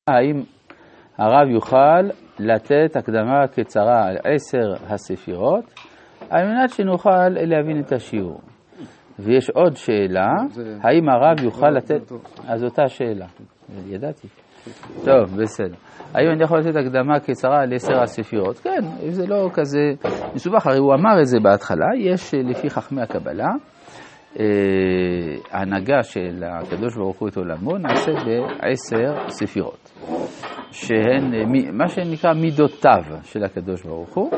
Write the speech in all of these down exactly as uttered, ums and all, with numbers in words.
האם הרב יוכל לתת הקדמה קצרה על עשר הספירות, על מנת שנוכל להבין את השיעור. ויש עוד שאלה, האם הרב יוכל לתת... אז אותה שאלה, ידעתי. טוב, בסדר. האם אני יכול לתת הקדמה קצרה על עשר הספירות? כן, זה לא כזה מסובך, הרי הוא אמר את זה בהתחלה, יש לפי חכמי הקבלה, ההנהגה של הקדוש ברוך הוא את עולמו נעשית בעשר ספירות, שהן מה שנקרא מידותיו של הקדוש ברוך הוא,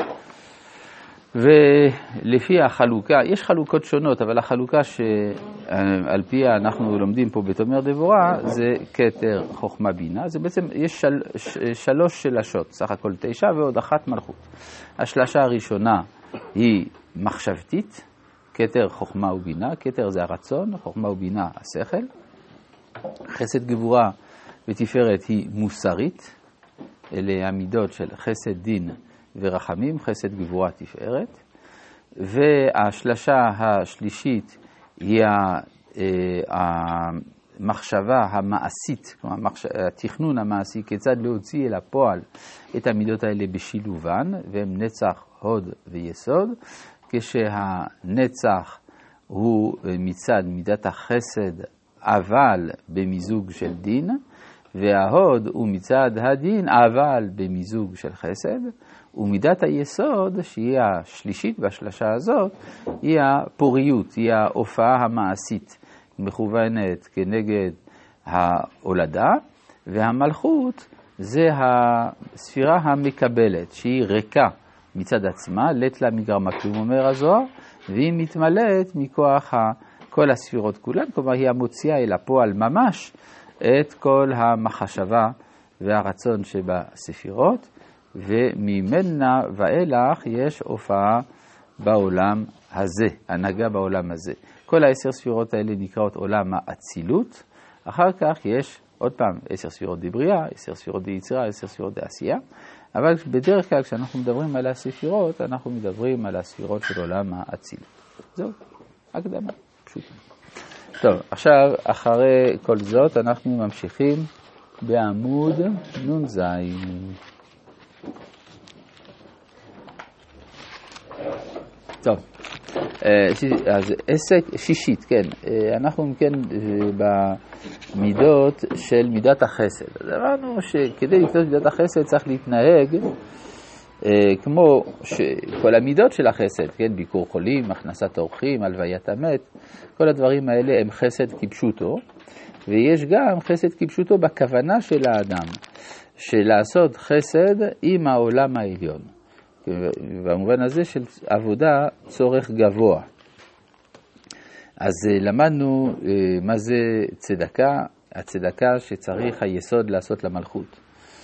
ולפי החלוקה, יש חלוקות שונות, אבל החלוקה שעל פיה אנחנו לומדים פה בתומר דבורה, זה כתר חוכמה בינה, זה בעצם, יש של, שלוש שלשות, סך הכל תשע ועוד אחת מלכות. השלשה הראשונה היא מחשבתית, כתר חוכמה ובינה, כתר זה הרצון, חוכמה ובינה השכל. חסד גבורה ותפארת היא מוסרית, אלה המידות של חסד דין ורחמים, חסד גבורה תפארת. והשלשה השלישית היא המחשבה המעשית, כלומר התכנון המעשי, כיצד להוציא אל הפועל את המידות האלה בשילובן, והם נצח, הוד ויסוד. כשהנצח הוא מצד מידת החסד, אבל במיזוג של דין, וההוד הוא מצד הדין, אבל במיזוג של חסד, ומידת היסוד, שהיא השלישית בשלשה הזאת, היא הפוריות, היא ההופעה המעשית, מכוונת כנגד ההולדה, והמלכות זה הספירה המקבלת, שהיא ריקה מצד עצמה, לית לה מגרמה כלום, אומר הזוהר, והיא מתמלאת מכוח כל הספירות כולן, כלומר היא המוציאה אל הפועל ממש את כל המחשבה והרצון שבספירות, וממנה ואילך יש הופעה בעולם הזה, הנהגה בעולם הזה. כל העשר ספירות האלה נקראות עולם האצילות, אחר כך יש עוד פעם עשר ספירות דברייה, עשר ספירות ביצירה, עשר ספירות בעשייה, אבל בדרך כלל כשאנחנו מדברים על הספירות, אנחנו מדברים על הספירות של עולם האצילות. זהו, הקדמה, פשוטה. טוב, עכשיו אחרי כל זאת אנחנו ממשיכים בעמוד נ"ז. טוב, אז עסק שישית, כן, אנחנו כן במידות של מידת החסד. אז אמרנו שכדי לקלוט מידת החסד צריך להתנהג כמו כל המידות של החסד, כן, ביקור חולים, הכנסת אורחים, הלוויית המת, כל הדברים האלה הם חסד כפשוטו, ויש גם חסד כפשוטו בכוונה של האדם, של לעשות חסד עם העולם העליון. במובן הזה של עבודה צורך גבוה. אז למדנו מה זה צדקה, הצדקה שצריך היסוד לעשות למלכות.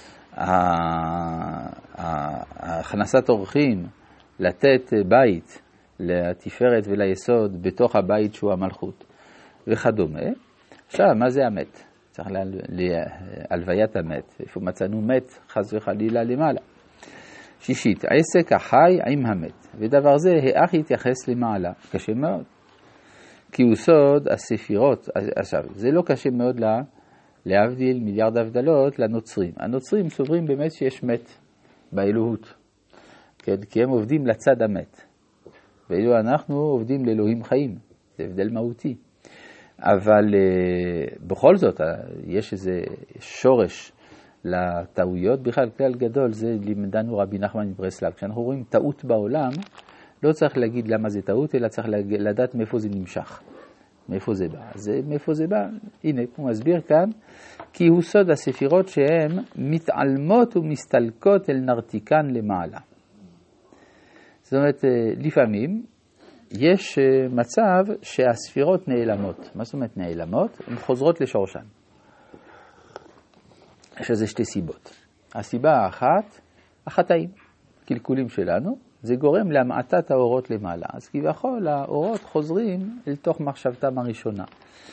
הכנסת אורחים, לתת בית לתפארת וליסוד בתוך הבית שהוא המלכות וכדומה. עכשיו, מה זה המת? צריך להלוויית המת. איפה מצאנו מת? חס וחלילה למעלה. שישית, עסק החי עם המת, ודבר זה האח יתייחס למעלה, קשה מאוד, כי הוא סוד הספירות. עכשיו, זה לא קשה מאוד לה, להבדיל מיליארד הבדלות לנוצרים. הנוצרים סוברים באמת שיש מת באלוהות, כן? כי הם עובדים לצד המת, ואילו אנחנו עובדים לאלוהים חיים, זה הבדל מהותי. אבל uh, בכל זאת, uh, יש איזה שורש לטעויות. בכלל כלל גדול, זה לימדנו רבי נחמן מברסלב. כשאנחנו רואים טעות בעולם, לא צריך להגיד למה זה טעות, אלא צריך לדעת מאיפה זה נמשך, מאיפה זה בא. אז מאיפה זה בא? הנה, הוא מסביר כאן, כי הוא סוד הספירות שהן מתעלמות ומסתלקות אל נרתיקן למעלה. זאת אומרת, לפעמים יש מצב שהספירות נעלמות. מה זאת אומרת נעלמות? הן חוזרות לשורשן. יש לזה שתי סיבות. הסיבה האחת, החטאים, קלקולים שלנו, זה גורם להמעטת האורות למעלה. אז כביכול האורות חוזרים אל תוך מחשבתם הראשונה.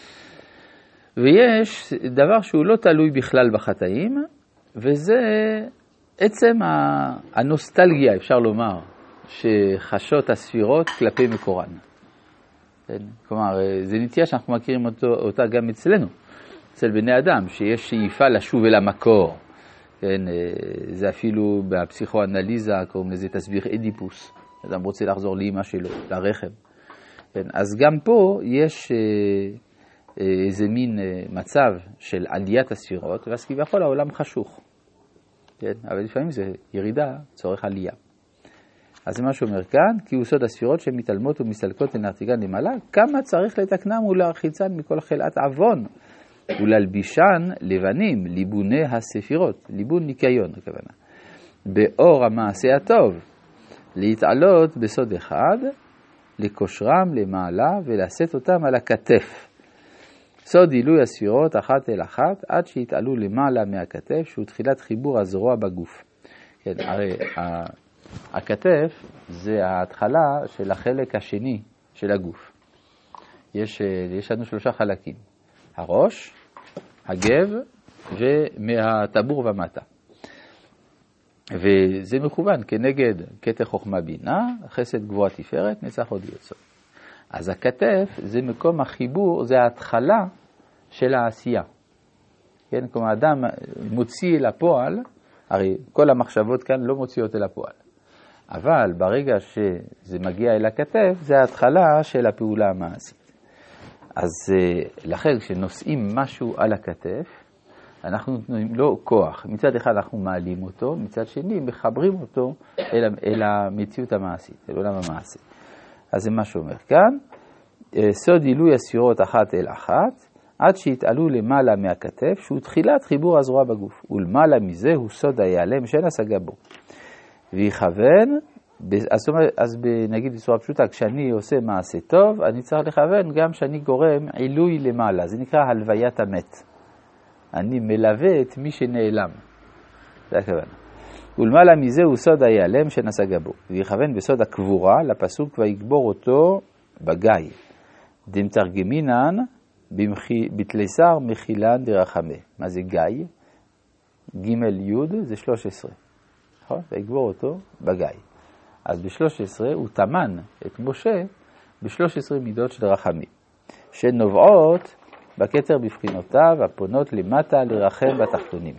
ויש דבר שהוא לא תלוי בכלל בחטאים, וזה עצם הנוסטלגיה, אפשר לומר, שחשות הספירות כלפי מקורן. כלומר, זה נטייה שאנחנו מכירים אותו, אותה גם אצלנו. אצל בני אדם, שיש שאיפה לשוב אל המקור. כן, זה אפילו בפסיכואנליזה, קוראים לזה תסביך אדיפוס. אדם רוצה לחזור לאמא שלו, לרחם. כן, אז גם פה יש איזה מין מצב של עליית הספירות, ואז כביכול העולם חשוך. כן, אבל לפעמים זה ירידה, צורך עלייה. אז זה מה שאומר כאן, כי הוא סוד הספירות שמתעלמות ומסתלקות לנרתיגן למעלה, כמה צריך לתקנם ולהרחיצן מכל חלאת עוון, וללבישן לבנים, ליבוני הספירות, ליבון ניקיון הכוונה, באור המעשה הטוב, להתעלות בסוד אחד, לקושרם למעלה ולשאת אותם על הכתף. סוד עילוי הספירות אחת אל אחת, עד שיתעלו למעלה מהכתף, שהוא תחילת חיבור הזרוע בגוף. כן, הרי הכתף זה ההתחלה של החלק השני של הגוף. יש, יש לנו שלושה חלקים. הראש, הגב ומהטבור ומטה. וזה מכוון כנגד כתר חוכמה בינה, חסד גבוה תפארת, נצח עוד יסוד. אז הכתף זה מקום החיבור, זה ההתחלה של העשייה. כן, כמו אדם מוציא אל הפועל, הרי כל המחשבות כאן לא מוציאות אל הפועל. אבל ברגע שזה מגיע אל הכתף, זה ההתחלה של הפעולה המעשית. אז לכן כשנושאים משהו על הכתף, אנחנו נותנים לו כוח. מצד אחד אנחנו מעלים אותו, מצד שני מחברים אותו אל, אל המציאות המעשית, אל עולם המעשי. אז זה מה שאומר כאן, סוד עילוי הספירות אחת אל אחת, עד שיתעלו למעלה מהכתף, שהוא תחילת חיבור הזרוע בגוף. ולמעלה מזה הוא סוד היעלם שאין השגה בו. ויכוון, אז, אז נגיד בצורה פשוטה, כשאני עושה מעשה טוב, אני צריך לכוון גם שאני גורם עילוי למעלה. זה נקרא הלוויית המת. אני מלווה את מי שנעלם. זה הכוונה. ולמעלה מזה הוא סוד היעלם שנשגה בו. ויכוון בסוד הקבורה לפסוק ויקבור אותו בגיא. דמתרגמינן בתליסר מחילן דרחמה. מה זה גיא? ג' י' זה שלוש עשרה. נכון? ויקבור אותו בגיא. אז ב-שלוש עשרה הוא תמן את משה ב-שלוש עשרה מידות של רחמים, שנובעות בכתר בבחינותיו הפונות למטה לרחם בתחתונים.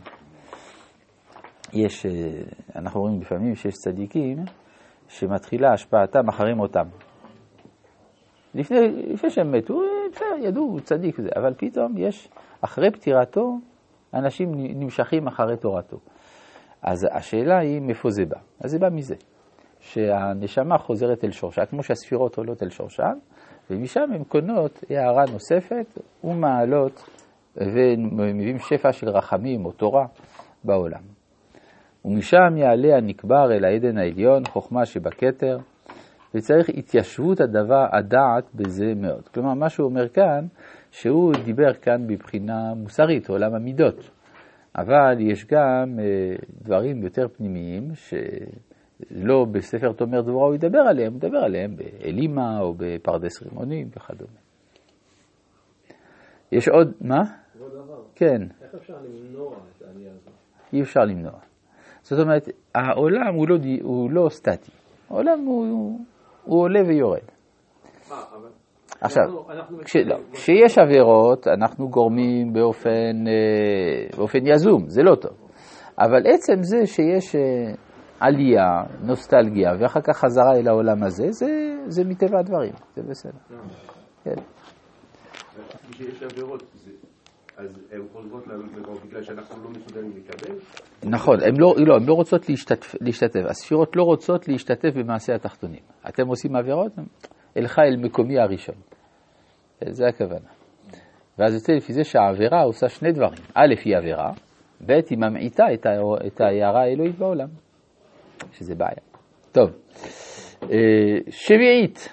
יש, אנחנו רואים לפעמים שיש צדיקים שמתחילה השפעתם אחרי מותם. לפני, לפני שהם מתו, ידעו, הוא צדיק וזה, אבל פתאום יש, אחרי פטירתו, אנשים נמשכים אחרי תורתו. אז השאלה היא מאיפה זה בא. אז זה בא מזה, שהנשמה חוזרת אל שורשה, כמו שהספירות עולות אל שורשן, ומשם הן קונות הערה נוספת ומעלות, ומביאים שפע של רחמים או תורה בעולם. ומשם יעלה הנקבר אל העדן העליון, חוכמה שבכתר, וצריך התיישבות הדבר, הדעת בזה מאוד. כלומר, מה שהוא אומר כאן, שהוא דיבר כאן בבחינה מוסרית, עולם המידות. אבל יש גם אה, דברים יותר פנימיים, שלא בספר תומר דבורה הוא ידבר עליהם, הוא ידבר עליהם באלימה או בפרדס רימונים וכדומה. יש עוד, מה? עוד דבר. כן. איך אפשר למנוע את העלייה הזאת? אי אפשר למנוע. זאת אומרת, העולם הוא לא, הוא לא סטטי. העולם הוא, הוא עולה ויורד. אה, אבל... עכשיו, אנחנו, אנחנו כש, לא, כשיש עבירות, אנחנו גורמים באופן, באופן יזום, זה לא טוב. אבל עצם זה שיש עלייה, נוסטלגיה, ואחר כך חזרה אל העולם הזה, זה, זה מטבע הדברים, זה בסדר. כן. כשיש עבירות, אז הן חוזרות למקום בגלל שאנחנו לא מסוגלים לקבל? נכון, הן לא, לא, הן לא רוצות להשתתף, להשתתף. הספירות לא רוצות להשתתף במעשה התחתונים. אתם עושים עבירות? אלך אל מקומי הראשון. זה הכוונה. ואז יוצא לפי זה שהעבירה עושה שני דברים. א' היא עבירה, ב' היא ממעיטה את ההערה האלוהית בעולם. שזה בעיה. טוב. שביעית.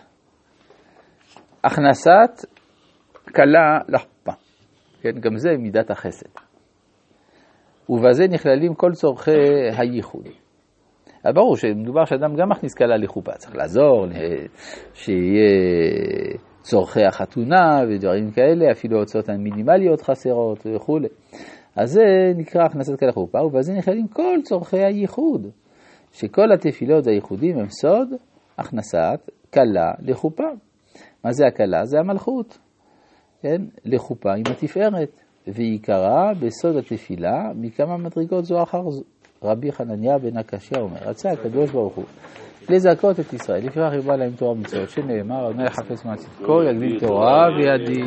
הכנסת קלה לחופה. כן, גם זה מידת החסד. ובזה נכללים כל צורכי הייחוד. ברור שמדובר שאדם גם מכניס קלה לחופה, צריך לעזור, שיהיה צורכי החתונה ודברים כאלה, אפילו הוצאות המינימליות חסרות וכו'. אז זה נקרא הכנסת קלה לחופה, ובזה נכללים כל צורכי הייחוד, שכל התפילות הייחודים הם סוד הכנסת קלה לחופה. מה זה הקלה? זה המלכות, כן? לחופה עם התפארת. ועיקרה בסוד התפילה מכמה מדרגות זו אחר זו. רבי חנניה בן הקשיא אומר, רצה הקדוש ברוך הוא לזכות את ישראל, לפיכך ירבה להם תורה ומצוות, שנאמר, אדוני יחפש מעט צדקו, יגדיל תורה וידעים.